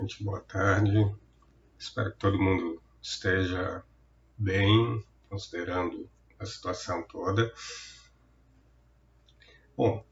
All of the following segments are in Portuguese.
Gente, boa tarde. Espero que todo mundo esteja bem, considerando a situação toda. Bom,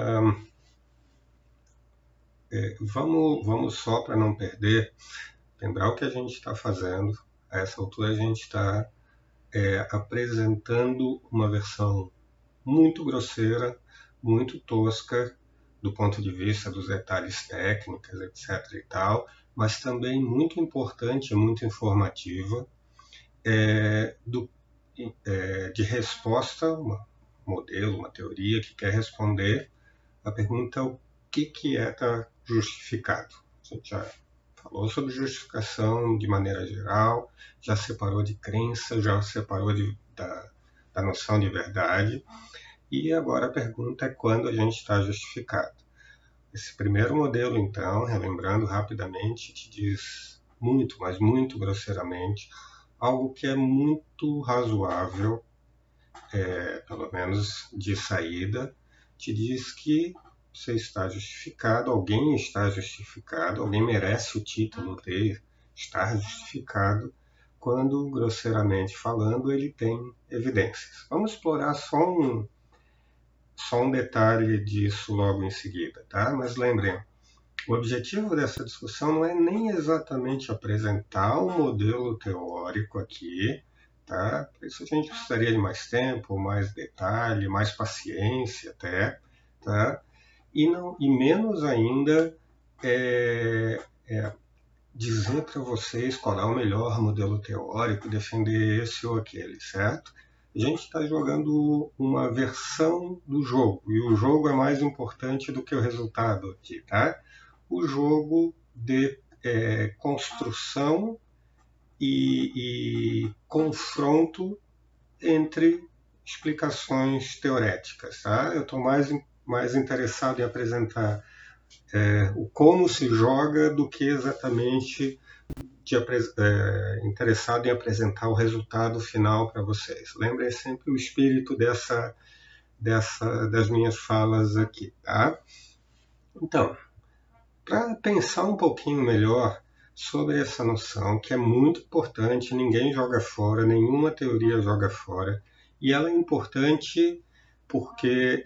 vamos só para não perder, lembrar o que a gente está fazendo. A essa altura a gente está apresentando uma versão muito grosseira, muito tosca, do ponto de vista dos detalhes técnicos, etc. e tal, mas também muito importante e muito informativa do de resposta, um modelo, uma teoria que quer responder a pergunta o que está justificado. A gente já falou sobre justificação de maneira geral, já separou de crença, já separou da noção de verdade, e agora a pergunta é quando a gente está justificado. Esse primeiro modelo, então, relembrando rapidamente, te diz muito, mas muito grosseiramente, algo que é muito razoável, pelo menos de saída, te diz que você está justificado, alguém está justificado, alguém merece o título de estar justificado, quando, grosseiramente falando, ele tem evidências. Vamos explorar só um detalhe disso logo em seguida, tá? Mas lembrem, o objetivo dessa discussão não é nem exatamente apresentar um modelo teórico aqui, tá? Por isso a gente precisaria de mais tempo, mais detalhe, mais paciência até, tá? E menos ainda dizer para vocês qual é o melhor modelo teórico, defender esse ou aquele, certo? A gente está jogando uma versão do jogo, e o jogo é mais importante do que o resultado aqui, tá? O jogo de construção e confronto entre explicações teoréticas. Tá? Eu estou mais interessado em apresentar o como se joga do que exatamente interessado em apresentar o resultado final para vocês. Lembrem sempre o espírito das minhas falas aqui. Tá? Então, para pensar um pouquinho melhor sobre essa noção, que é muito importante, ninguém joga fora, nenhuma teoria joga fora, e ela é importante porque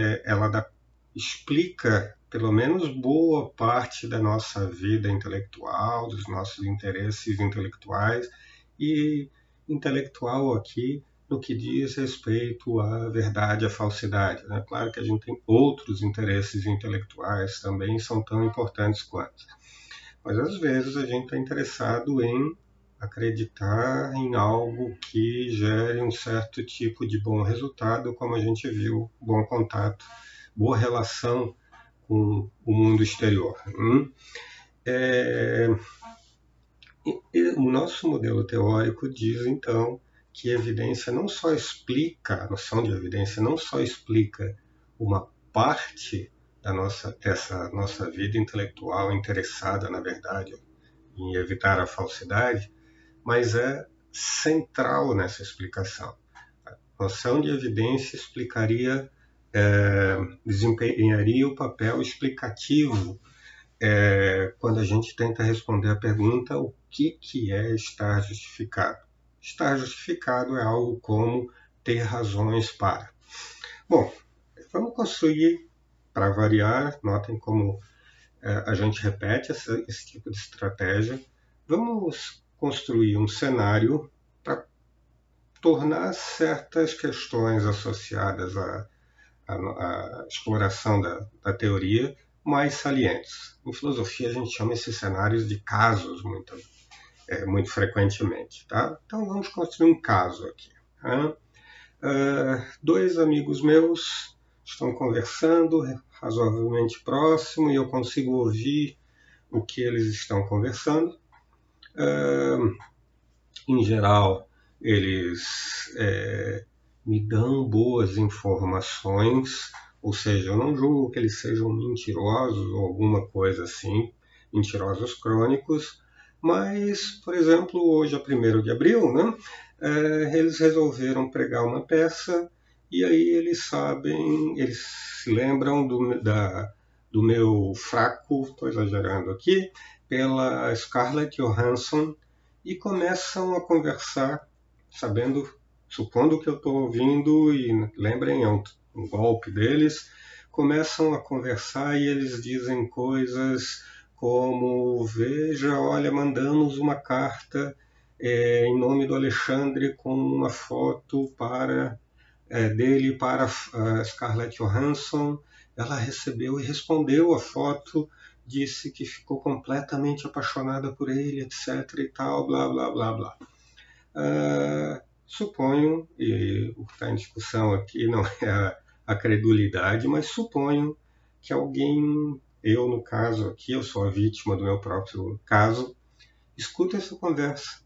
explica pelo menos boa parte da nossa vida intelectual, dos nossos interesses intelectuais, e intelectual aqui no que diz respeito à verdade e à falsidade. Né? Claro que a gente tem outros interesses intelectuais também, são tão importantes quanto. Mas às vezes a gente está interessado em acreditar em algo que gere um certo tipo de bom resultado, como a gente viu, bom contato, boa relação com o mundo exterior. O nosso modelo teórico diz, então, que a evidência não só explica, a noção de evidência não só explica uma parte dessa nossa vida intelectual interessada, na verdade, em evitar a falsidade, mas é central nessa explicação. A noção de evidência desempenharia o papel explicativo quando a gente tenta responder a pergunta o que é estar justificado. Estar justificado é algo como ter razões para. Bom, vamos construir, para variar, notem como a gente repete esse tipo de estratégia. Vamos construir um cenário para tornar certas questões associadas à exploração da teoria mais salientes. Em filosofia, a gente chama esses cenários de casos muito frequentemente. Tá? Então, vamos construir um caso aqui. Tá? Dois amigos meus estão conversando razoavelmente próximo e eu consigo ouvir o que eles estão conversando. Em geral, eles me dão boas informações, ou seja, eu não julgo que eles sejam mentirosos ou alguma coisa assim, mentirosos crônicos, mas, por exemplo, hoje é 1º de abril, né? Eles resolveram pregar uma peça e aí eles se lembram do meu fraco, estou exagerando aqui, pela Scarlett Johansson e começam a conversar, supondo que eu estou ouvindo, e lembrem, é um golpe deles, começam a conversar e eles dizem coisas como: veja, olha, mandamos uma carta em nome do Alexandre com uma foto dele para a Scarlett Johansson. Ela recebeu e respondeu a foto, disse que ficou completamente apaixonada por ele, etc. e tal, blá, blá, blá, blá. Suponho, e o que está em discussão aqui não é a credulidade, mas suponho que alguém, eu no caso aqui, eu sou a vítima do meu próprio caso, escuta essa conversa.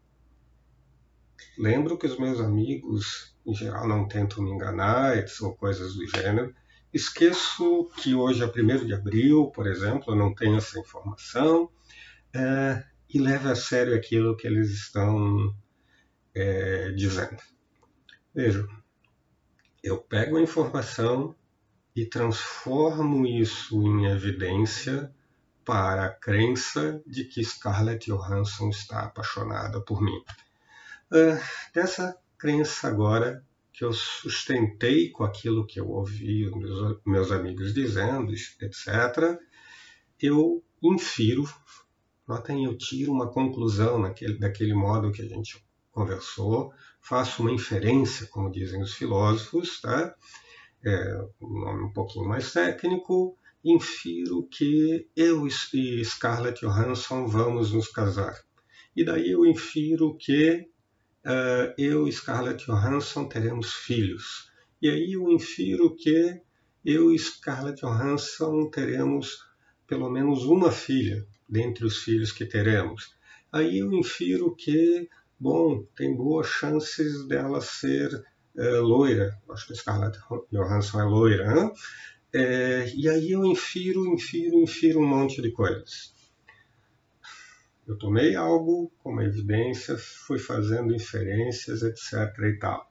Lembro que os meus amigos, em geral, não tentam me enganar, são coisas do gênero. Esqueço que hoje é 1º de abril, por exemplo, eu não tenho essa informação, e levo a sério aquilo que eles estão dizendo. Vejam, eu pego a informação e transformo isso em evidência para a crença de que Scarlett Johansson está apaixonada por mim. Dessa crença agora, que eu sustentei com aquilo que eu ouvi os meus amigos dizendo, etc., eu infiro, notem, eu tiro uma conclusão daquele modo que a gente conversou, faço uma inferência, como dizem os filósofos, tá? Um nome um pouquinho mais técnico, infiro que eu e Scarlett Johansson vamos nos casar. E daí eu infiro que eu e Scarlett Johansson teremos filhos. E aí eu infiro que eu e Scarlett Johansson teremos pelo menos uma filha dentre os filhos que teremos. Aí eu infiro que, bom, tem boas chances dela ser loira. Acho que a Scarlett Johansson é loira, né? E aí eu infiro um monte de coisas. Eu tomei algo como evidência, fui fazendo inferências, etc. e tal.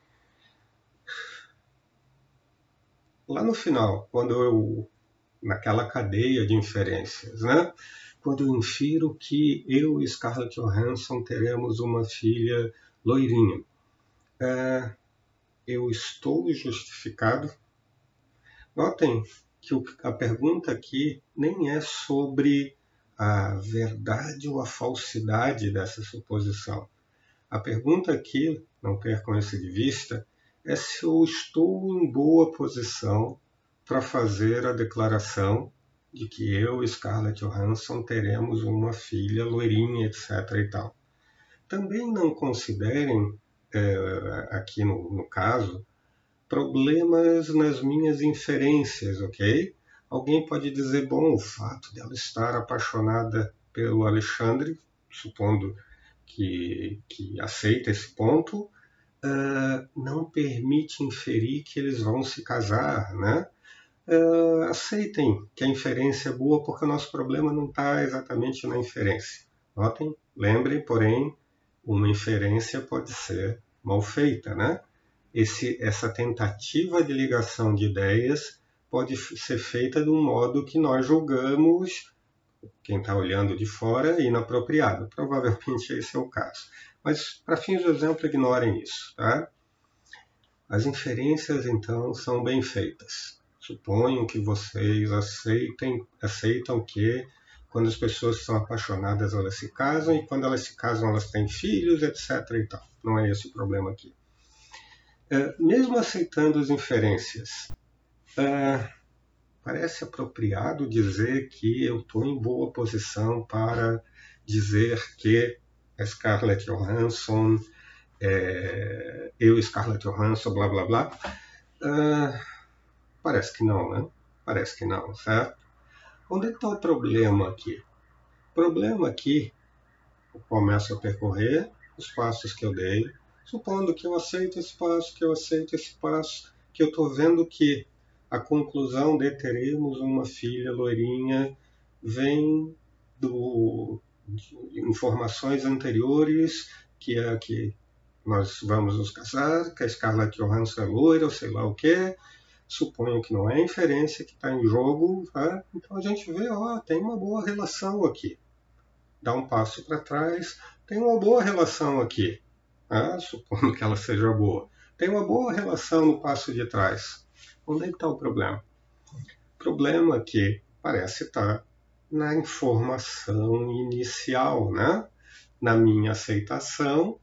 Lá no final, naquela cadeia de inferências, né? Quando eu infiro que eu e Scarlett Johansson teremos uma filha loirinha, eu estou justificado? Notem que a pergunta aqui nem é sobre a verdade ou a falsidade dessa suposição. A pergunta aqui, não percam isso de vista, é se eu estou em boa posição para fazer a declaração de que eu e Scarlett Johansson teremos uma filha loirinha, etc. e tal. Também não considerem, aqui no caso, problemas nas minhas inferências, ok? Alguém pode dizer, bom, o fato dela estar apaixonada pelo Alexandre, supondo que aceita esse ponto, não permite inferir que eles vão se casar, né? Aceitem que a inferência é boa, porque o nosso problema não está exatamente na inferência. Notem, lembrem, porém, uma inferência pode ser mal feita, né? Essa tentativa de ligação de ideias pode ser feita de um modo que nós julgamos, quem está olhando de fora, inapropriado. Provavelmente esse é o caso. Mas, para fins do exemplo, ignorem isso. Tá? As inferências, então, são bem feitas. Suponho que vocês aceitam que quando as pessoas são apaixonadas, elas se casam, e quando elas se casam, elas têm filhos, etc. e tal. Não é esse o problema aqui. Mesmo aceitando as inferências, parece apropriado dizer que eu estou em boa posição para dizer que a Scarlett Johansson, eu e Scarlett Johansson, blá blá blá. Parece que não, né? Parece que não, certo? Onde está o problema aqui? O problema aqui, eu começo a percorrer os passos que eu dei, supondo que eu aceito esse passo, que eu estou vendo que a conclusão de teremos uma filha loirinha vem de informações anteriores, que é que nós vamos nos casar, que a Scarlett Johansson é loira, ou sei lá o quê. Suponho que não é inferência que está em jogo, tá? Então a gente vê, tem uma boa relação aqui. dá um passo para trás, tem uma boa relação aqui, supondo que ela seja boa. Tem uma boa relação no passo de trás. Onde é que está o problema? O problema é que parece estar na informação inicial, né? Na minha aceitação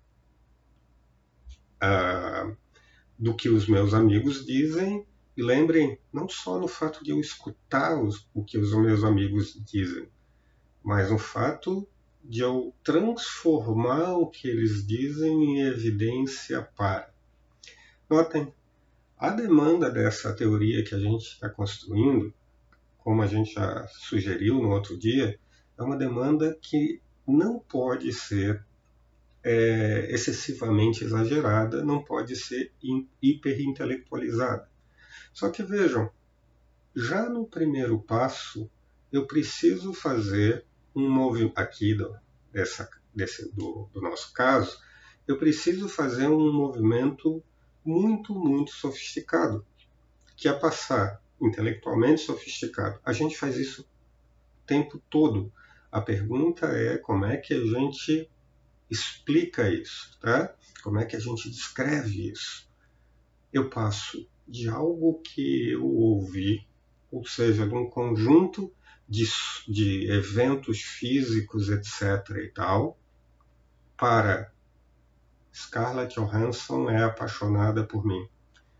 do que os meus amigos dizem. E lembrem, não só no fato de eu escutar o que os meus amigos dizem, mas no fato de eu transformar o que eles dizem em evidência para. Notem, a demanda dessa teoria que a gente está construindo, como a gente já sugeriu no outro dia, é uma demanda que não pode ser excessivamente exagerada, não pode ser hiperintelectualizada. Só que vejam, já no primeiro passo, eu preciso fazer um movimento, aqui do nosso caso, eu preciso fazer um movimento muito, muito sofisticado, que é passar intelectualmente sofisticado. A gente faz isso o tempo todo. A pergunta é como é que a gente explica isso, tá? Como é que a gente descreve isso? Eu passo de algo que eu ouvi, ou seja, de um conjunto de eventos físicos, etc. e tal, para Scarlett Johansson é apaixonada por mim.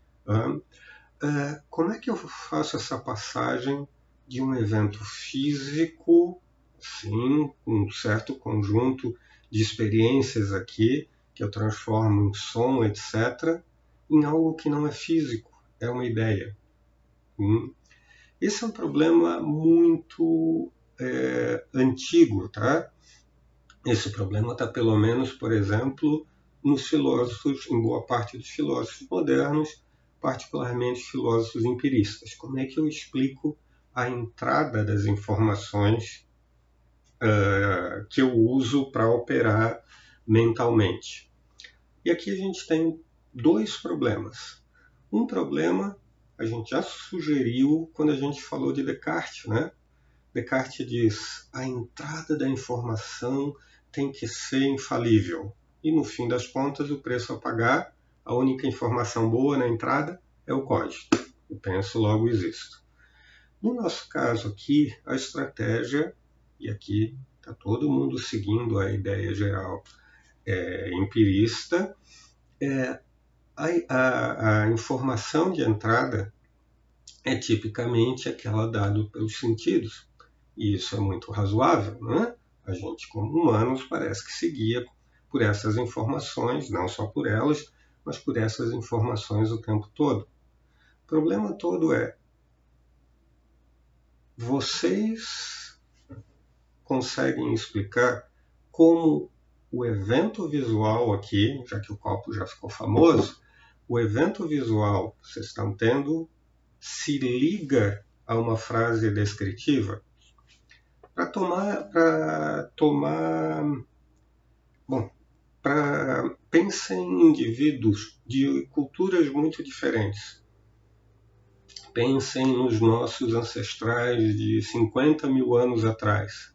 Como é que eu faço essa passagem de um evento físico, sim, um certo conjunto de experiências aqui, que eu transformo em som, etc., em algo que não é físico, é uma ideia. Esse é um problema muito antigo, tá? Esse problema está, pelo menos, por exemplo, nos filósofos, em boa parte dos filósofos modernos, particularmente filósofos empiristas. Como é que eu explico a entrada das informações que eu uso para operar mentalmente? E aqui a gente tem dois problemas. Um problema a gente já sugeriu quando a gente falou de Descartes, né? Descartes diz: a entrada da informação tem que ser infalível. E no fim das contas, o preço a pagar, a única informação boa na entrada é o código. Eu penso, logo existo. No nosso caso aqui, a estratégia, e aqui está todo mundo seguindo a ideia geral empirista, a informação de entrada é tipicamente aquela dada pelos sentidos. E isso é muito razoável, né? A gente, como humanos, parece que seguia por essas informações, não só por elas, mas por essas informações o tempo todo. O problema todo é, vocês conseguem explicar como o evento visual aqui, já que o copo já ficou famoso, o evento visual que vocês estão tendo se liga a uma frase descritiva? Pensem em indivíduos de culturas muito diferentes. Pensem nos nossos ancestrais de 50 mil anos atrás.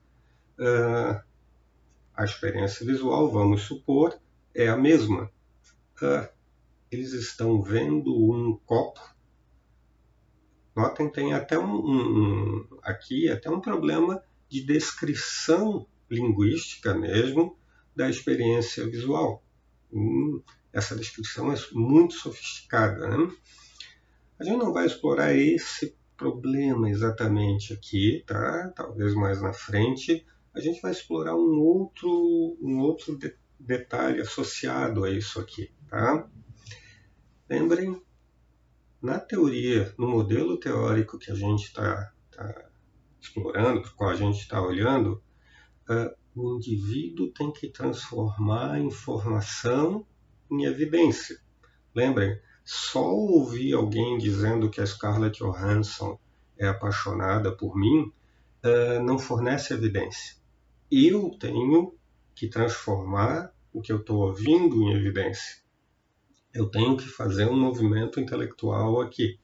A experiência visual, vamos supor, é a mesma. Eles estão vendo um copo. Notem, tem até aqui até um problema de descrição linguística mesmo da experiência visual. Essa descrição é muito sofisticada, né? A gente não vai explorar esse problema exatamente aqui, tá? Talvez mais na frente. A gente vai explorar um outro detalhe associado a isso aqui, tá? Lembrem, na teoria, no modelo teórico que a gente está explorando, para o qual a gente está olhando, o indivíduo tem que transformar a informação em evidência. Lembrem, só ouvir alguém dizendo que a Scarlett Johansson é apaixonada por mim não fornece evidência. Eu tenho que transformar o que eu estou ouvindo em evidência. Eu tenho que fazer um movimento intelectual aqui.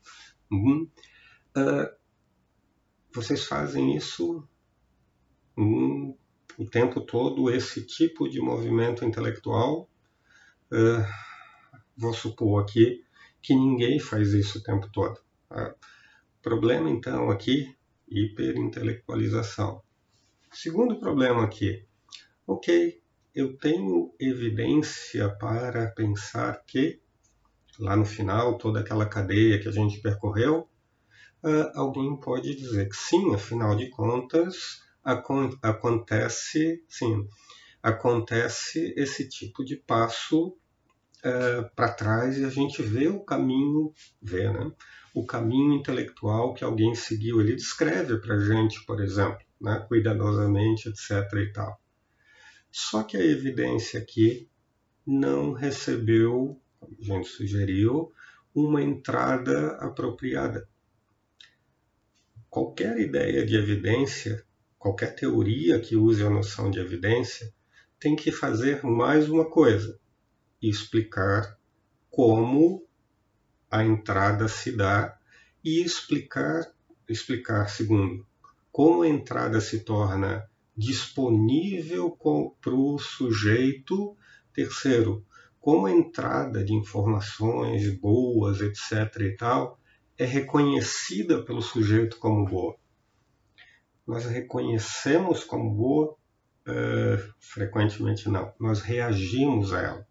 Vocês fazem isso o tempo todo esse tipo de movimento intelectual. Vou supor aqui que ninguém faz isso o tempo todo. Tá? Problema, então, aqui, hiperintelectualização. Segundo problema aqui, ok, eu tenho evidência para pensar que, lá no final, toda aquela cadeia que a gente percorreu, alguém pode dizer que sim, afinal de contas, acontece esse tipo de passo para trás e a gente vê o caminho, né? O caminho intelectual que alguém seguiu. Ele descreve para a gente, por exemplo, né? Cuidadosamente, etc. e tal. Só que a evidência aqui não recebeu, como a gente sugeriu, uma entrada apropriada. Qualquer ideia de evidência, qualquer teoria que use a noção de evidência, tem que fazer mais uma coisa: explicar como a entrada se dá e explicar, segundo, como a entrada se torna disponível para o sujeito. Terceiro, como a entrada de informações boas, etc. e tal, é reconhecida pelo sujeito como boa. Nós reconhecemos como boa? Frequentemente não. Nós reagimos a ela.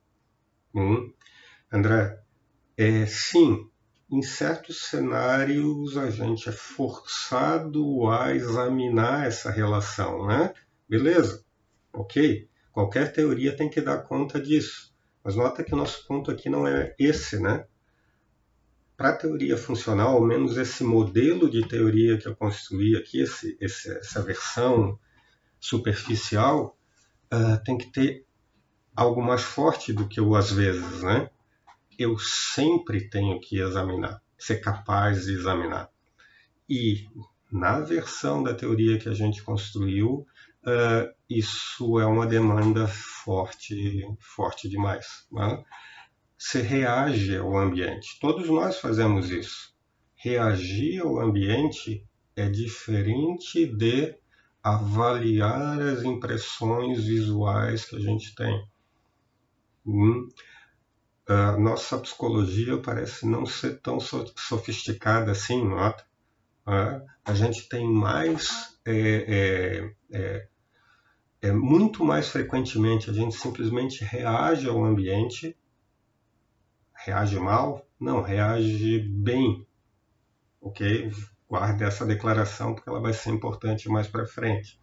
André, sim, em certos cenários a gente é forçado a examinar essa relação, né? Beleza, ok. Qualquer teoria tem que dar conta disso. Mas nota que o nosso ponto aqui não é esse, né? Para a teoria funcional, ao menos esse modelo de teoria que eu construí aqui, essa versão superficial, tem que ter algo mais forte do que o às vezes, né? Eu sempre tenho que examinar, ser capaz de examinar. E na versão da teoria que a gente construiu, isso é uma demanda forte demais. Né? Você reage ao ambiente. Todos nós fazemos isso. Reagir ao ambiente é diferente de avaliar as impressões visuais que a gente tem. A nossa psicologia parece não ser tão sofisticada assim, nota? A gente tem mais, muito mais frequentemente, a gente simplesmente reage ao ambiente. Reage mal? Não, reage bem. Ok? Guarde essa declaração porque ela vai ser importante mais para frente.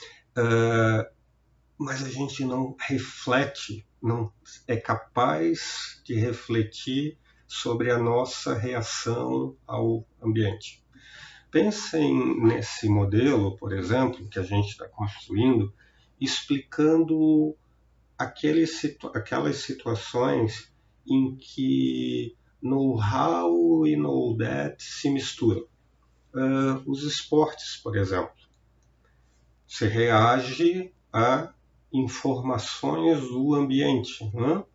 Mas a gente não reflete, não é capaz de refletir sobre a nossa reação ao ambiente. Pensem nesse modelo, por exemplo, que a gente está construindo, explicando aquelas situações em que know-how e know-that se misturam. Os esportes, por exemplo. Você reage a informações do ambiente. Né?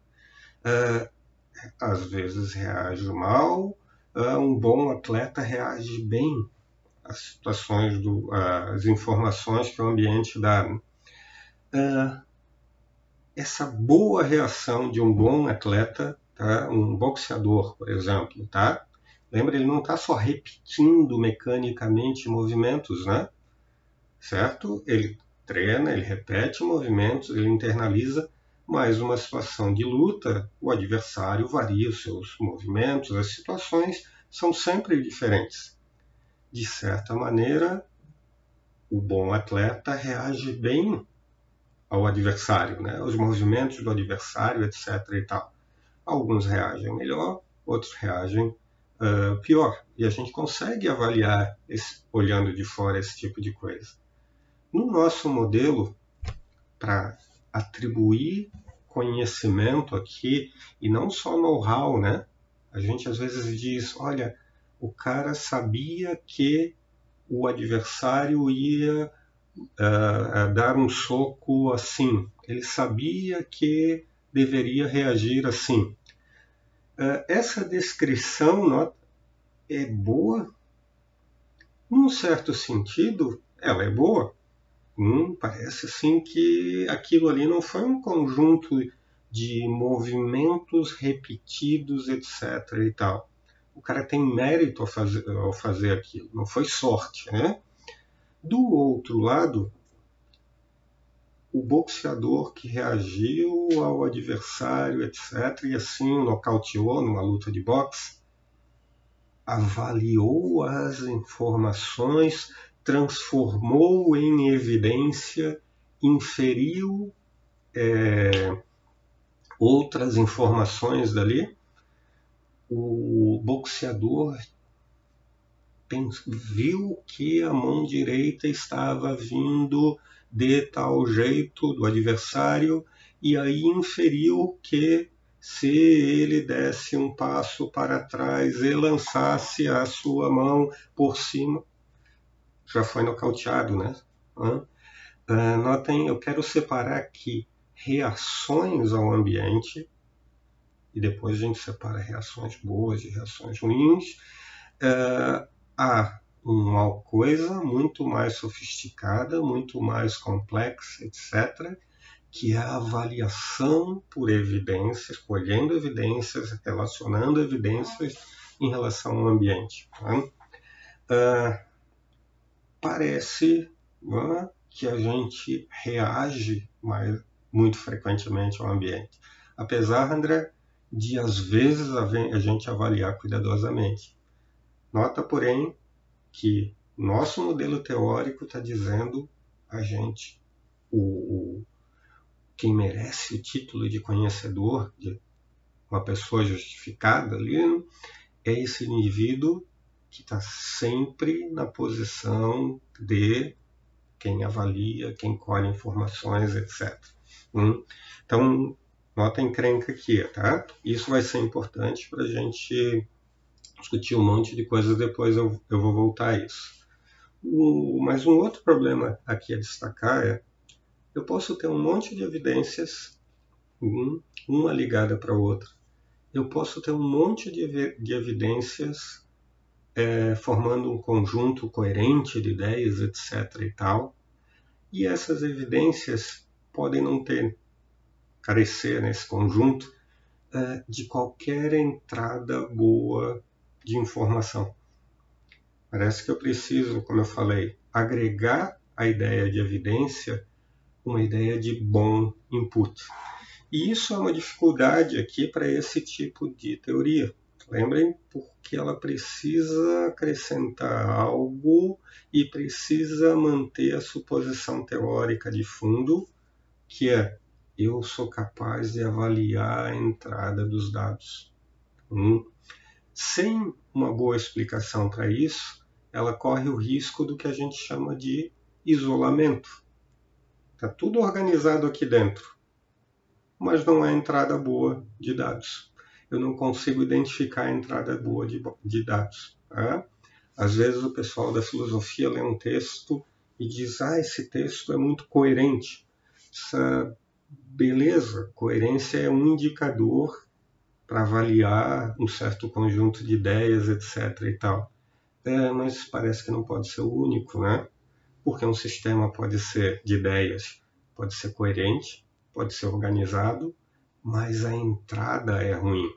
Às vezes reage mal, um bom atleta reage bem às situações, às informações que o ambiente dá. Essa boa reação de um bom atleta, tá? Um boxeador, por exemplo, tá? Lembra, ele não está só repetindo mecanicamente movimentos, né? Certo? Ele treina, ele repete movimentos, ele internaliza, mas uma situação de luta, o adversário varia os seus movimentos, as situações são sempre diferentes. De certa maneira, o bom atleta reage bem ao adversário, né? Os movimentos do adversário, etc. e tal. Alguns reagem melhor, outros reagem pior. E a gente consegue avaliar, olhando de fora, esse tipo de coisa. No nosso modelo, para atribuir conhecimento aqui, e não só know-how, né? A gente às vezes diz, olha, o cara sabia que o adversário ia dar um soco assim. Ele sabia que deveria reagir assim. Essa descrição é boa? Num certo sentido, ela é boa. Parece assim que aquilo ali não foi um conjunto de movimentos repetidos, etc. e tal. O cara tem mérito ao fazer aquilo, não foi sorte, né? Do outro lado, o boxeador que reagiu ao adversário, etc., e assim o nocauteou numa luta de boxe, avaliou as informações, transformou em evidência, inferiu outras informações dali. O boxeador viu que a mão direita estava vindo de tal jeito do adversário e aí inferiu que se ele desse um passo para trás e lançasse a sua mão por cima, já foi nocauteado, né? Notem, eu quero separar aqui reações ao ambiente e depois a gente separa reações boas e reações ruins. Há uma coisa muito mais sofisticada, muito mais complexa, etc., que é a avaliação por evidências, colhendo evidências, relacionando evidências em relação ao ambiente. Parece que a gente reage muito frequentemente ao ambiente. Apesar, André, de às vezes a gente avaliar cuidadosamente. Nota, porém, que nosso modelo teórico está dizendo a gente, quem merece o título de conhecedor, de uma pessoa justificada ali, é esse indivíduo que está sempre na posição de quem avalia, quem colhe informações, etc. Então, nota a encrenca aqui, tá? Isso vai ser importante para a gente discutir um monte de coisas, depois eu vou voltar a isso. Mas um outro problema aqui a destacar é eu posso ter um monte de evidências, uma ligada para a outra. Eu posso ter um monte de evidências formando um conjunto coerente de ideias, etc. e tal. E essas evidências podem não carecer nesse conjunto de qualquer entrada boa de informação. Parece que eu preciso, como eu falei, agregar à ideia de evidência uma ideia de bom input. E isso é uma dificuldade aqui para esse tipo de teoria. Lembrem, porque ela precisa acrescentar algo e precisa manter a suposição teórica de fundo, que é eu sou capaz de avaliar a entrada dos dados. Sem uma boa explicação para isso, ela corre o risco do que a gente chama de isolamento. Está tudo organizado aqui dentro, mas não é entrada boa de dados. Eu não consigo identificar a entrada boa de dados. Tá? Às vezes o pessoal da filosofia lê um texto e diz, esse texto é muito coerente. Beleza, coerência é um indicador para avaliar um certo conjunto de ideias, etc. e tal. Mas parece que não pode ser o único, né? Porque um sistema pode ser de ideias, pode ser coerente, pode ser organizado, mas a entrada é ruim.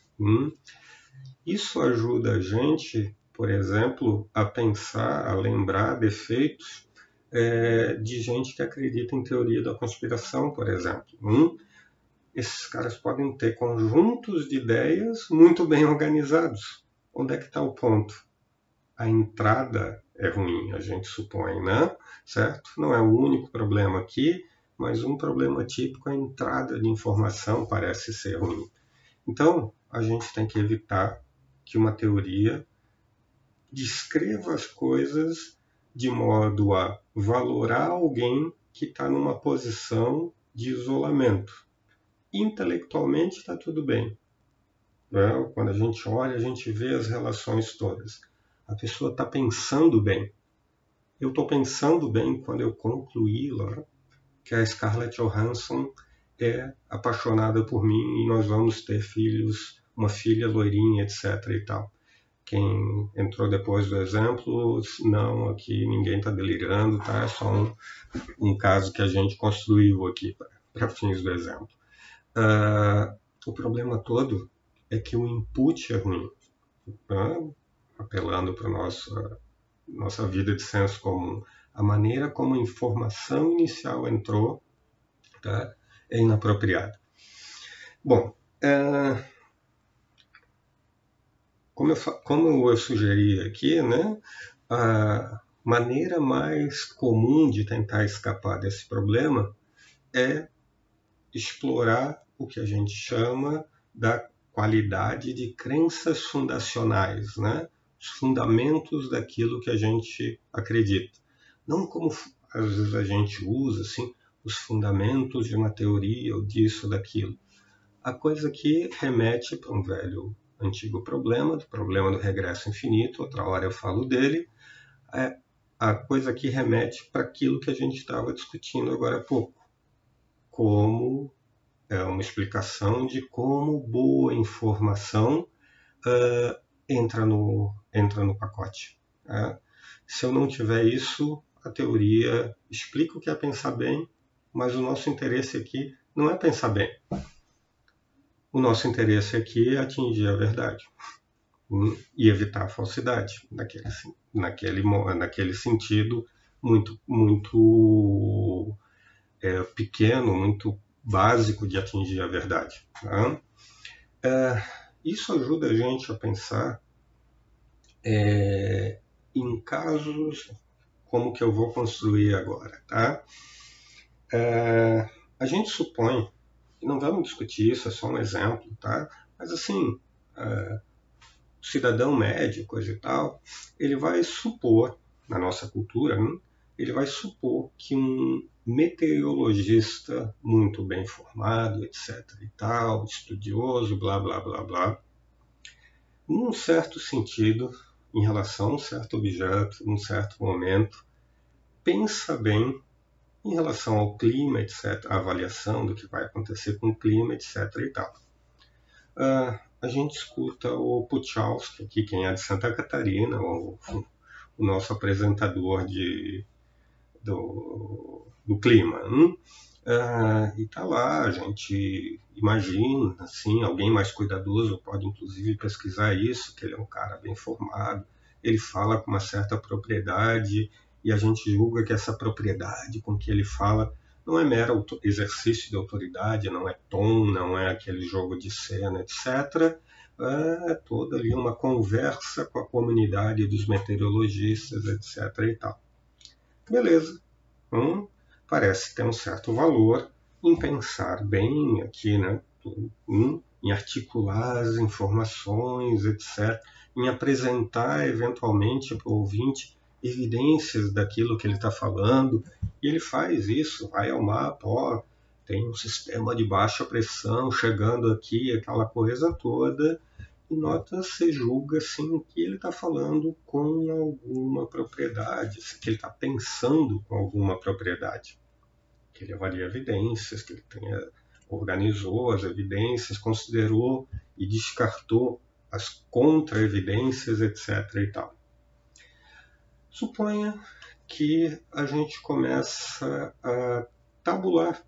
Isso ajuda a gente, por exemplo, a pensar, a lembrar defeitos de gente que acredita em teoria da conspiração, por exemplo. Esses caras podem ter conjuntos de ideias muito bem organizados. Onde é que está o ponto? A entrada é ruim, a gente supõe, né? Certo? Não é o único problema aqui, mas um problema típico é a entrada de informação parece ser ruim. Então, a gente tem que evitar que uma teoria descreva as coisas de modo a valorar alguém que está numa posição de isolamento. Intelectualmente está tudo bem. Quando a gente olha, a gente vê as relações todas. A pessoa está pensando bem. Eu estou pensando bem quando eu concluí lá que a Scarlett Johansson é apaixonada por mim e nós vamos ter filhos, uma filha loirinha, etc. e tal. Quem entrou depois do exemplo, não, aqui ninguém está delirando, tá? É só um caso que a gente construiu aqui para fins do exemplo. O problema todo é que o input é ruim, né? Apelando para nossa vida de senso comum. A maneira como a informação inicial entrou, tá, é inapropriada. Bom, como eu sugeri aqui, né, a maneira mais comum de tentar escapar desse problema é explorar o que a gente chama da qualidade de crenças fundacionais, né? Os fundamentos daquilo que a gente acredita. Não como às vezes a gente usa assim, os fundamentos de uma teoria ou disso, daquilo. A coisa que remete para um velho antigo problema, do problema do regresso infinito, outra hora eu falo dele, é a coisa que remete para aquilo que a gente estava discutindo agora há pouco. Como é uma explicação de como boa informação entra no pacote. Né? Se eu não tiver isso, a teoria explica o que é pensar bem, mas o nosso interesse aqui não é pensar bem. O nosso interesse aqui é atingir a verdade e evitar a falsidade, naquele sentido muito pequeno, muito básico de atingir a verdade. Tá? Isso ajuda a gente a pensar em casos como que eu vou construir agora. Tá? A gente supõe, não vamos discutir isso, é só um exemplo, tá? Mas assim, o cidadão médio, coisa e tal, ele vai supor, na nossa cultura, né, ele vai supor que um meteorologista muito bem formado, etc. e tal, estudioso, blá, blá, blá, blá, num certo sentido, em relação a um certo objeto, num certo momento, pensa bem em relação ao clima, etc., a avaliação do que vai acontecer com o clima, etc. e tal. A gente escuta o Puchalski, aqui quem é de Santa Catarina, o nosso apresentador do clima. E tá lá, a gente imagina, assim, alguém mais cuidadoso pode inclusive pesquisar isso, que ele é um cara bem formado, ele fala com uma certa propriedade e a gente julga que essa propriedade com que ele fala não é mero exercício de autoridade, não é tom, não é aquele jogo de cena, etc. É toda ali uma conversa com a comunidade dos meteorologistas, etc. e tal. Beleza. Parece ter um certo valor em pensar bem aqui, né? Em articular as informações, etc. Em apresentar eventualmente para o ouvinte evidências daquilo que ele está falando. E ele faz isso, vai ao mapa, ó, tem um sistema de baixa pressão chegando aqui, aquela coisa toda. E nota-se, julga assim, que ele está falando com alguma propriedade, que ele está pensando com alguma propriedade, que ele avalia evidências, que ele organizou as evidências, considerou e descartou as contra-evidências, etc. e tal. Suponha que a gente começa a tabular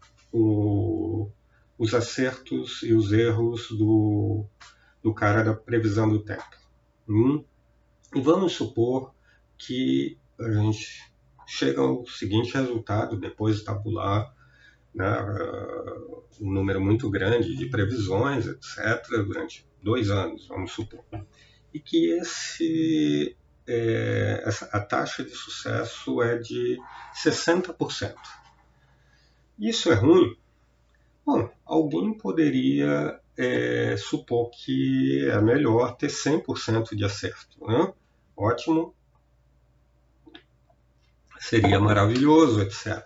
os acertos e os erros do cara da previsão do tempo. E vamos supor que a gente chega ao seguinte resultado, depois de tabular, né, um número muito grande de previsões, etc., durante 2 anos, vamos supor. E que a taxa de sucesso é de 60%. Isso é ruim? Bom, alguém poderia supor que é melhor ter 100% de acerto. Né? Ótimo, seria maravilhoso, etc.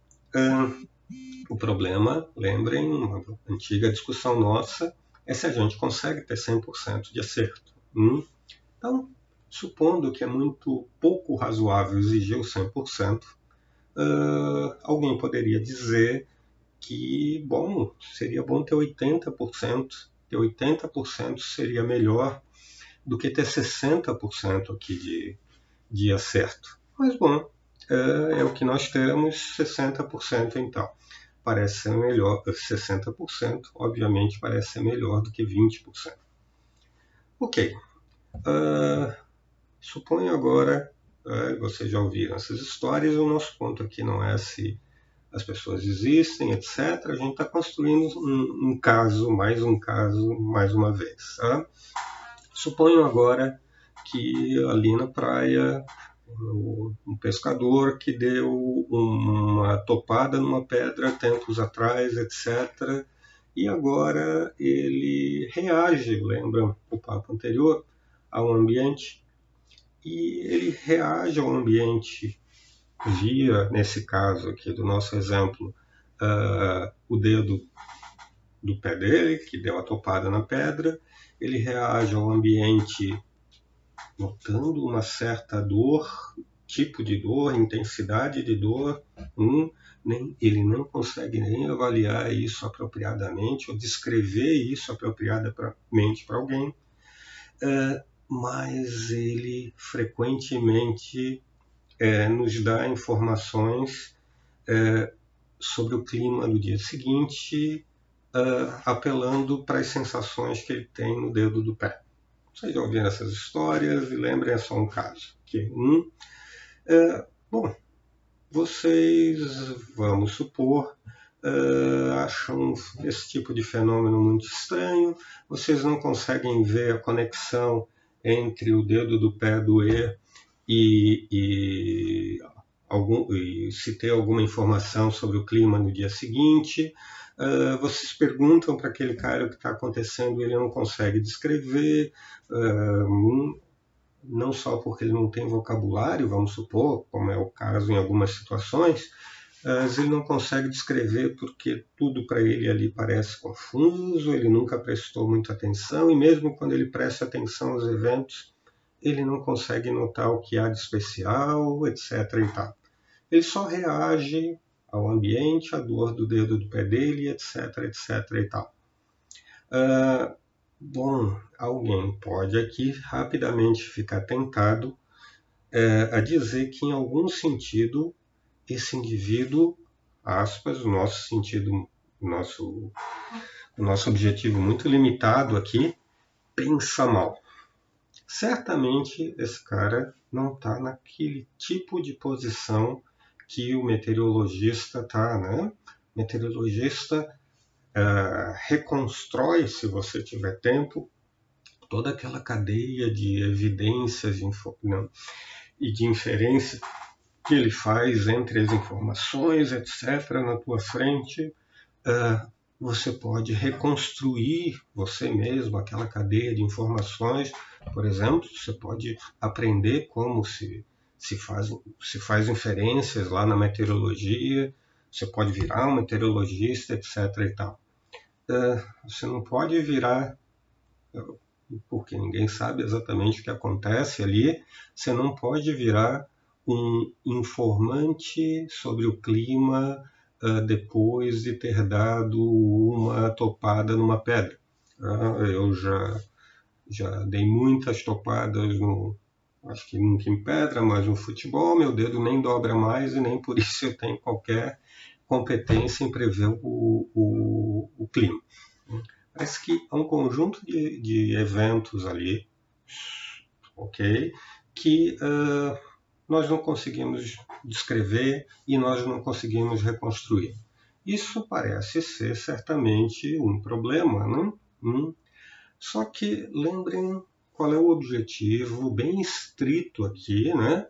O problema, lembrem, uma antiga discussão nossa, é se a gente consegue ter 100% de acerto. Então, supondo que é muito pouco razoável exigir o 100%, alguém poderia dizer que, bom, seria bom ter 80%, que 80% seria melhor do que ter 60% aqui de acerto. Mas, bom, é o que nós temos, 60% então. Parece ser melhor, 60%, obviamente, parece ser melhor do que 20%. Ok. Suponho agora, vocês já ouviram essas histórias, o nosso ponto aqui não é se as pessoas existem, etc. A gente está construindo um caso, mais uma vez. Tá? Suponho agora que ali na praia, um pescador que deu uma topada numa pedra tempos atrás, etc. E agora ele reage, lembra o papo anterior, ao ambiente, e ele reage ao ambiente via, nesse caso aqui do nosso exemplo, o dedo do pé dele, que deu a topada na pedra, ele reage ao ambiente notando uma certa dor, tipo de dor, intensidade de dor, ele não consegue nem avaliar isso apropriadamente ou descrever isso apropriadamente para alguém, mas ele frequentemente nos dá informações sobre o clima do dia seguinte, apelando para as sensações que ele tem no dedo do pé. Vocês já ouviram essas histórias e lembrem, é só um caso. Bom, vocês, vamos supor, acham esse tipo de fenômeno muito estranho, vocês não conseguem ver a conexão entre o dedo do pé doer e se ter alguma informação sobre o clima no dia seguinte. Vocês perguntam para aquele cara o que está acontecendo e ele não consegue descrever, não só porque ele não tem vocabulário, vamos supor, como é o caso em algumas situações, mas ele não consegue descrever porque tudo para ele ali parece confuso, ele nunca prestou muita atenção e mesmo quando ele presta atenção aos eventos, ele não consegue notar o que há de especial, etc. e tal. Ele só reage ao ambiente, à dor do dedo do pé dele, etc, etc e tal. Bom, alguém pode aqui rapidamente ficar tentado a dizer que em algum sentido esse indivíduo, aspas, o nosso objetivo muito limitado aqui, pensa mal. Certamente esse cara não está naquele tipo de posição que o meteorologista está, né? O meteorologista reconstrói, se você tiver tempo, toda aquela cadeia de evidências e de inferência que ele faz entre as informações, etc., na tua frente. Você pode reconstruir você mesmo aquela cadeia de informações. Por exemplo, você pode aprender como se faz inferências lá na meteorologia, você pode virar um meteorologista, etc. e tal. Você não pode virar, porque ninguém sabe exatamente o que acontece ali, você não pode virar um informante sobre o clima depois de ter dado uma topada numa pedra. Eu já dei muitas topadas, acho que nunca em pedra, mas no futebol, meu dedo nem dobra mais e nem por isso eu tenho qualquer competência em prever o clima. Parece que há um conjunto de eventos ali, ok, que nós não conseguimos descrever e nós não conseguimos reconstruir. Isso parece ser certamente um problema, não? Só que lembrem qual é o objetivo bem estrito aqui, né,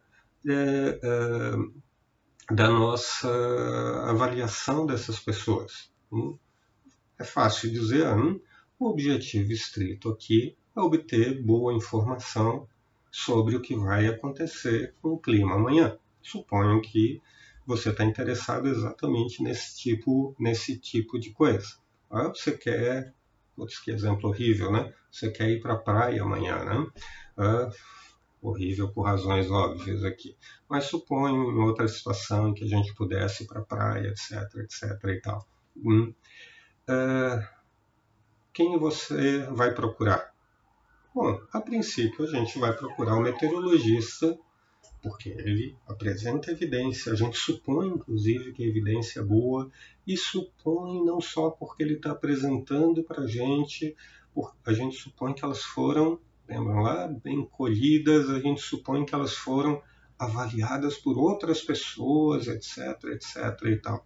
da nossa avaliação dessas pessoas. É fácil dizer, o objetivo estrito aqui é obter boa informação sobre o que vai acontecer com o clima amanhã. Suponho que você está interessado exatamente nesse tipo de coisa. Você quer, que exemplo horrível, né? Você quer ir para a praia amanhã, né? Horrível por razões óbvias aqui. Mas suponho em outra situação em que a gente pudesse ir para a praia, etc, etc e tal. Quem você vai procurar? Bom, a princípio a gente vai procurar o meteorologista, porque ele apresenta evidência. A gente supõe, inclusive, que a evidência é boa, e supõe não só porque ele está apresentando para a gente supõe que elas foram, lembram lá, bem colhidas, a gente supõe que elas foram avaliadas por outras pessoas, etc, etc e tal.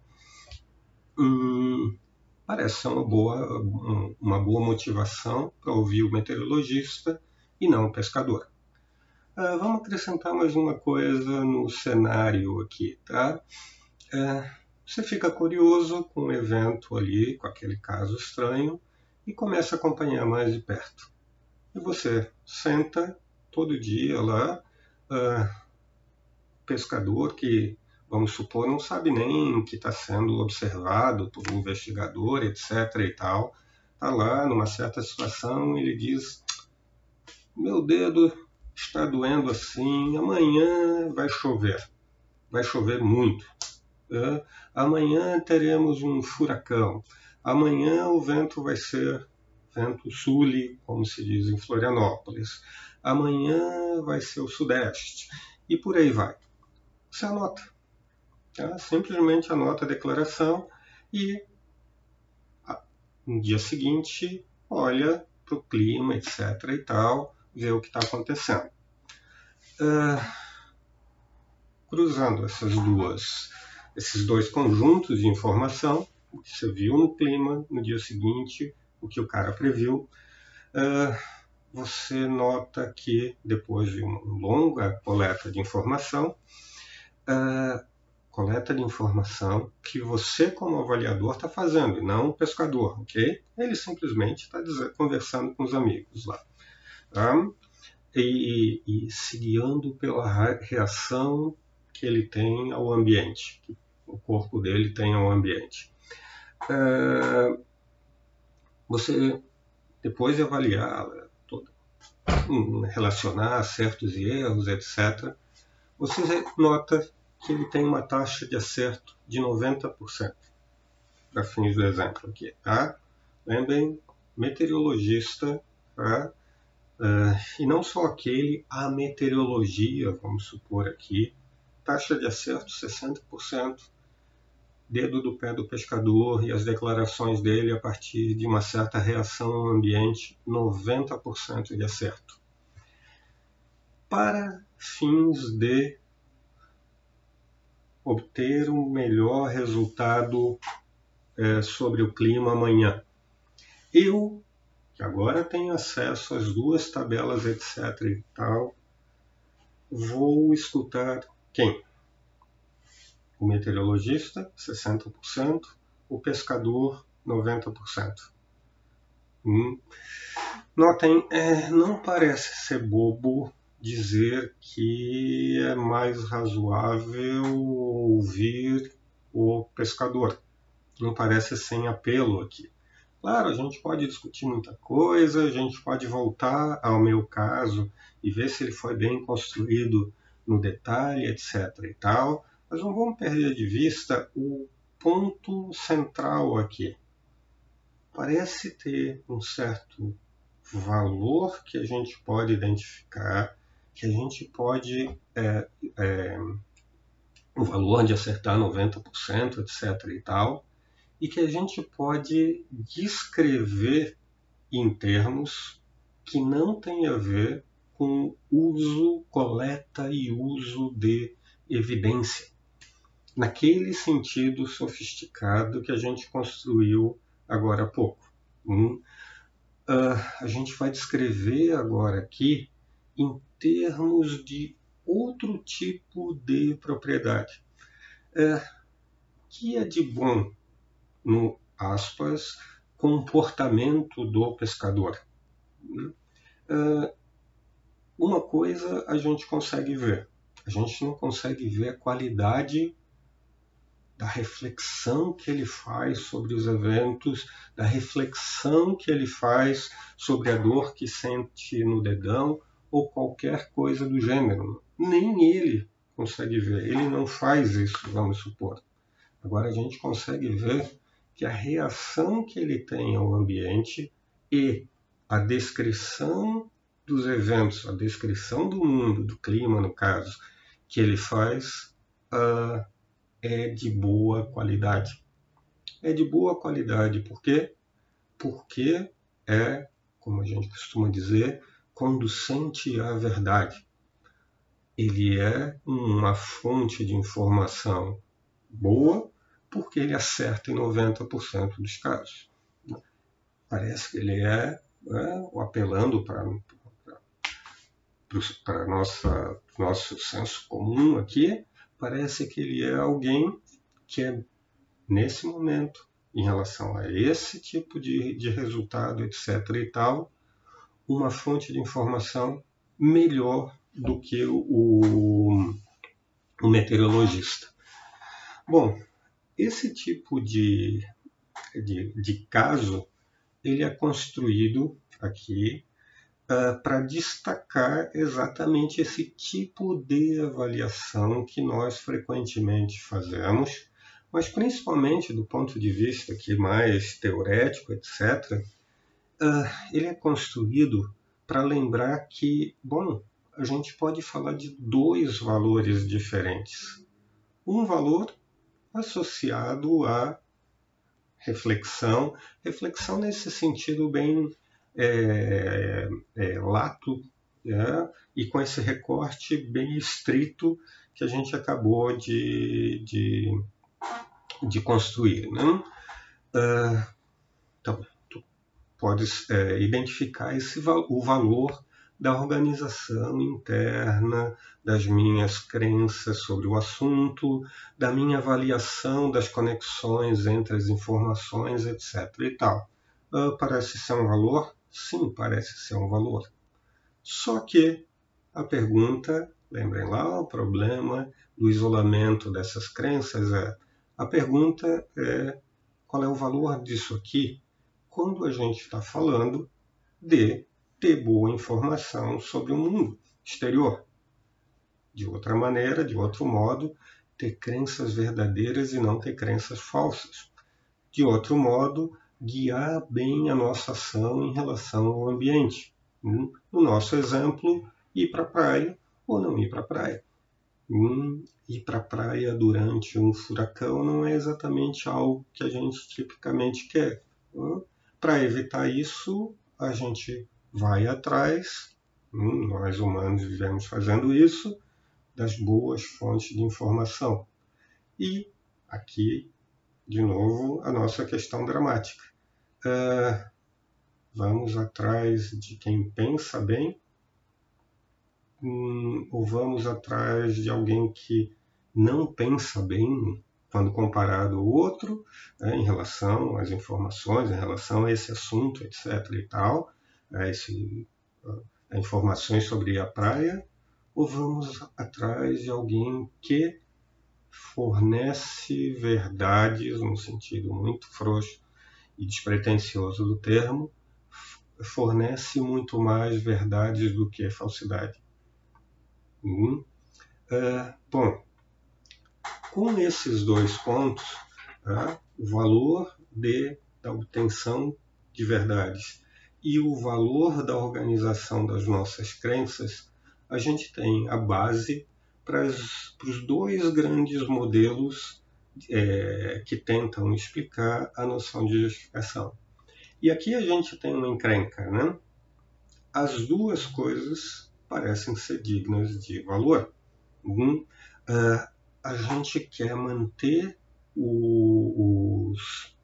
Parece ser uma boa motivação para ouvir o meteorologista e não o pescador. Vamos acrescentar mais uma coisa no cenário aqui, tá? Você fica curioso com o evento ali, com aquele caso estranho, e começa a acompanhar mais de perto. E você senta todo dia lá, pescador que, vamos supor, não sabe nem que está sendo observado por um investigador, etc. e tal, está lá numa certa situação e ele diz: meu dedo está doendo assim, amanhã vai chover muito. Amanhã teremos um furacão, amanhã o vento vai ser vento sul, como se diz em Florianópolis, amanhã vai ser o sudeste, e por aí vai. Você anota, tá? Simplesmente anota a declaração e no dia seguinte olha para o clima, etc. e tal, vê o que está acontecendo. Cruzando esses dois conjuntos de informação, o que você viu no clima no dia seguinte, o que o cara previu, você nota que depois de uma longa coleta de informação que você como avaliador está fazendo, e não o pescador, ok? Ele simplesmente está conversando com os amigos lá. Tá? E se guiando pela reação que ele tem ao ambiente, que o corpo dele tem ao ambiente. Você, depois de avaliar, relacionar acertos e erros, etc., você nota que ele tem uma taxa de acerto de 90%, para fins do exemplo aqui. Tá? Lembrem, meteorologista, tá? E não só aquele, a meteorologia, vamos supor aqui, taxa de acerto 60%, dedo do pé do pescador e as declarações dele a partir de uma certa reação ao ambiente, 90% de acerto. Para fins de obter um melhor resultado sobre o clima amanhã, eu, que agora tenho acesso às duas tabelas, etc. e tal, vou escutar quem? O meteorologista, 60%, o pescador, 90%. Notem, não parece ser bobo dizer que é mais razoável ouvir o pescador. Não parece sem apelo aqui. Claro, a gente pode discutir muita coisa, a gente pode voltar ao meu caso e ver se ele foi bem construído no detalhe, etc. e tal, mas não vamos perder de vista o ponto central aqui. Parece ter um certo valor que a gente pode identificar, que a gente pode, o valor de acertar 90%, etc. e tal, e que a gente pode descrever em termos que não tem a ver com uso, coleta e uso de evidência, naquele sentido sofisticado que a gente construiu agora há pouco. A gente vai descrever agora aqui em termos de outro tipo de propriedade. Que é de bom no, aspas, comportamento do pescador. Uma coisa a gente consegue ver. A gente não consegue ver a qualidade da reflexão que ele faz sobre os eventos, da reflexão que ele faz sobre a dor que sente no dedão ou qualquer coisa do gênero. Nem ele consegue ver. Ele não faz isso, vamos supor. Agora a gente consegue ver que a reação que ele tem ao ambiente e a descrição dos eventos, a descrição do mundo, do clima, no caso, que ele faz, é de boa qualidade. É de boa qualidade, por quê? Porque é, como a gente costuma dizer, conducente à verdade. Ele é uma fonte de informação boa, porque ele acerta em 90% dos casos. Parece que ele apelando para nosso senso comum aqui, parece que ele é alguém que é, nesse momento, em relação a esse tipo de resultado, etc. e tal, uma fonte de informação melhor do que o meteorologista. Bom, esse tipo de caso, ele é construído aqui para destacar exatamente esse tipo de avaliação que nós frequentemente fazemos, mas principalmente do ponto de vista aqui mais teorético, etc., ele é construído para lembrar que, bom, a gente pode falar de dois valores diferentes. Um valor associado à reflexão nesse sentido bem lato, e com esse recorte bem estrito que a gente acabou de construir. Né? Então, tu podes identificar o valor da organização interna, das minhas crenças sobre o assunto, da minha avaliação das conexões entre as informações, etc. e tal. Parece ser um valor? Sim, parece ser um valor. Só que a pergunta, lembrem lá, o problema do isolamento dessas crenças a pergunta é qual é o valor disso aqui quando a gente está falando de ter boa informação sobre o mundo exterior. De outra maneira, de outro modo, ter crenças verdadeiras e não ter crenças falsas. De outro modo, guiar bem a nossa ação em relação ao ambiente. No nosso exemplo, ir para a praia ou não ir para a praia. Ir para a praia durante um furacão não é exatamente algo que a gente tipicamente quer. Para evitar isso, a gente vai atrás, nós humanos vivemos fazendo isso, das boas fontes de informação. E aqui, de novo, a nossa questão dramática. Vamos atrás de quem pensa bem, ou vamos atrás de alguém que não pensa bem quando comparado ao outro, em relação às informações, em relação a esse assunto, etc. e tal, informações sobre a praia, ou vamos atrás de alguém que fornece verdades, num sentido muito frouxo e despretensioso do termo, fornece muito mais verdades do que falsidade. Bom, com esses dois pontos, o valor da obtenção de verdades e o valor da organização das nossas crenças, a gente tem a base para os dois grandes modelos que tentam explicar a noção de justificação. E aqui a gente tem uma encrenca, né? As duas coisas parecem ser dignas de valor. A gente quer manter os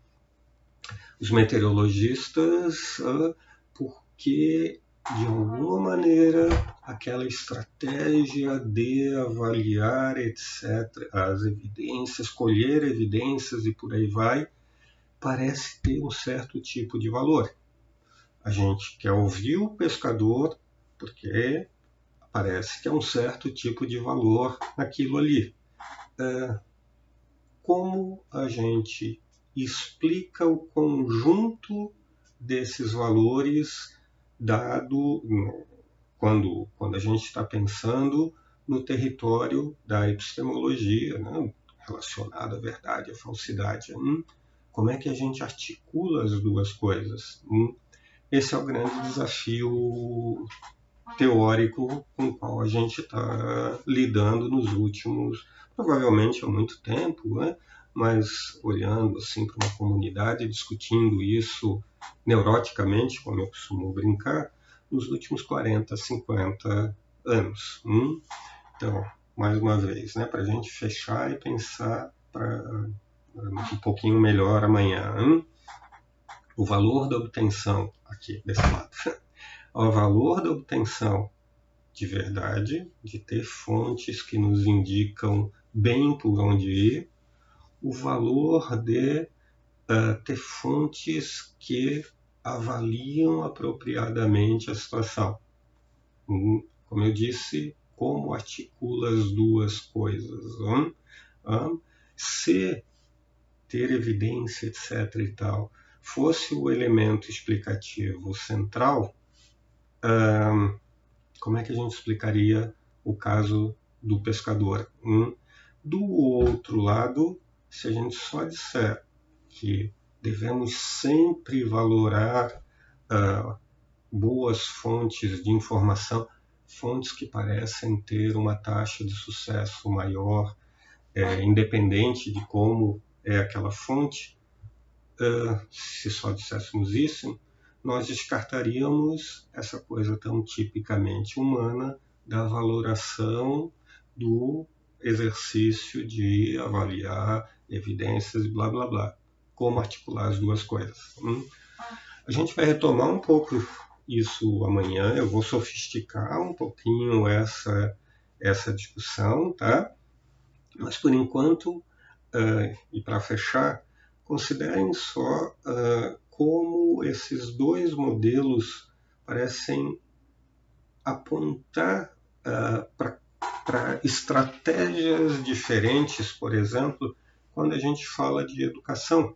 meteorologistas porque, de alguma maneira, aquela estratégia de avaliar, etc., as evidências, colher evidências e por aí vai, parece ter um certo tipo de valor. A gente quer ouvir o pescador porque parece que é um certo tipo de valor naquilo ali. Como a gente explica o conjunto desses valores dado quando a gente está pensando no território da epistemologia, né, relacionado à verdade e à falsidade. Como é que a gente articula as duas coisas? Esse é o grande desafio teórico com o qual a gente está lidando nos últimos, provavelmente há muito tempo, né? Mas olhando assim para uma comunidade, discutindo isso neuroticamente, como eu costumo brincar, nos últimos 40, 50 anos. Então, mais uma vez, né, para a gente fechar e pensar para um pouquinho melhor amanhã. O valor da obtenção, aqui desse lado, o valor da obtenção de verdade, de ter fontes que nos indicam bem por onde ir, o valor de ter fontes que avaliam apropriadamente a situação. Como eu disse, como articula as duas coisas. Se ter evidência, etc. e tal, fosse o elemento explicativo central, como é que a gente explicaria o caso do pescador? Do outro lado, se a gente só disser que devemos sempre valorar boas fontes de informação, fontes que parecem ter uma taxa de sucesso maior, independente de como é aquela fonte, se só disséssemos isso, nós descartaríamos essa coisa tão tipicamente humana da valoração do exercício de avaliar evidências e blá blá blá. Como articular as duas coisas. A gente vai retomar um pouco isso amanhã, eu vou sofisticar um pouquinho essa discussão, tá? Mas por enquanto, e para fechar, considerem só como esses dois modelos parecem apontar para estratégias diferentes, por exemplo, quando a gente fala de educação.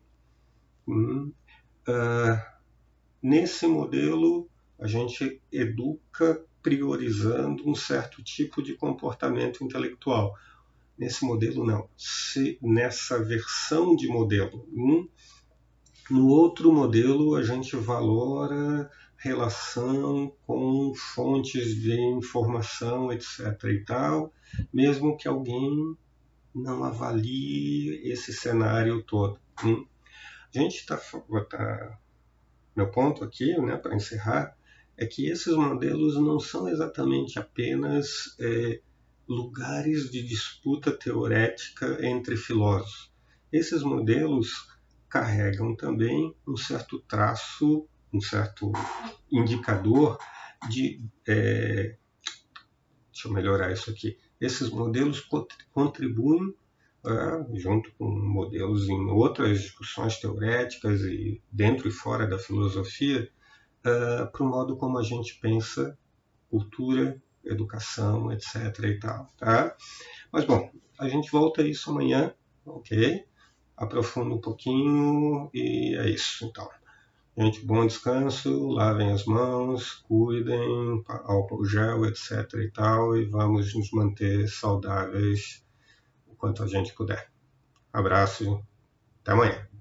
Nesse modelo, a gente educa priorizando um certo tipo de comportamento intelectual. Nesse modelo, não. Nessa versão de modelo. No outro modelo, a gente valora relação com fontes de informação, etc. e tal, mesmo que alguém não avalie esse cenário todo. A gente meu ponto aqui, né, para encerrar, é que esses modelos não são exatamente apenas lugares de disputa teorética entre filósofos. Esses modelos carregam também um certo traço, um certo indicador de... deixa eu melhorar isso aqui. Esses modelos contribuem, junto com modelos em outras discussões teoréticas e dentro e fora da filosofia, para o modo como a gente pensa cultura, educação, etc. e tal, tá? Mas, bom, a gente volta a isso amanhã, ok? Aprofunda um pouquinho e é isso, então. Gente, bom descanso, lavem as mãos, cuidem, álcool gel, etc. e tal, e vamos nos manter saudáveis o quanto a gente puder. Abraço, até amanhã.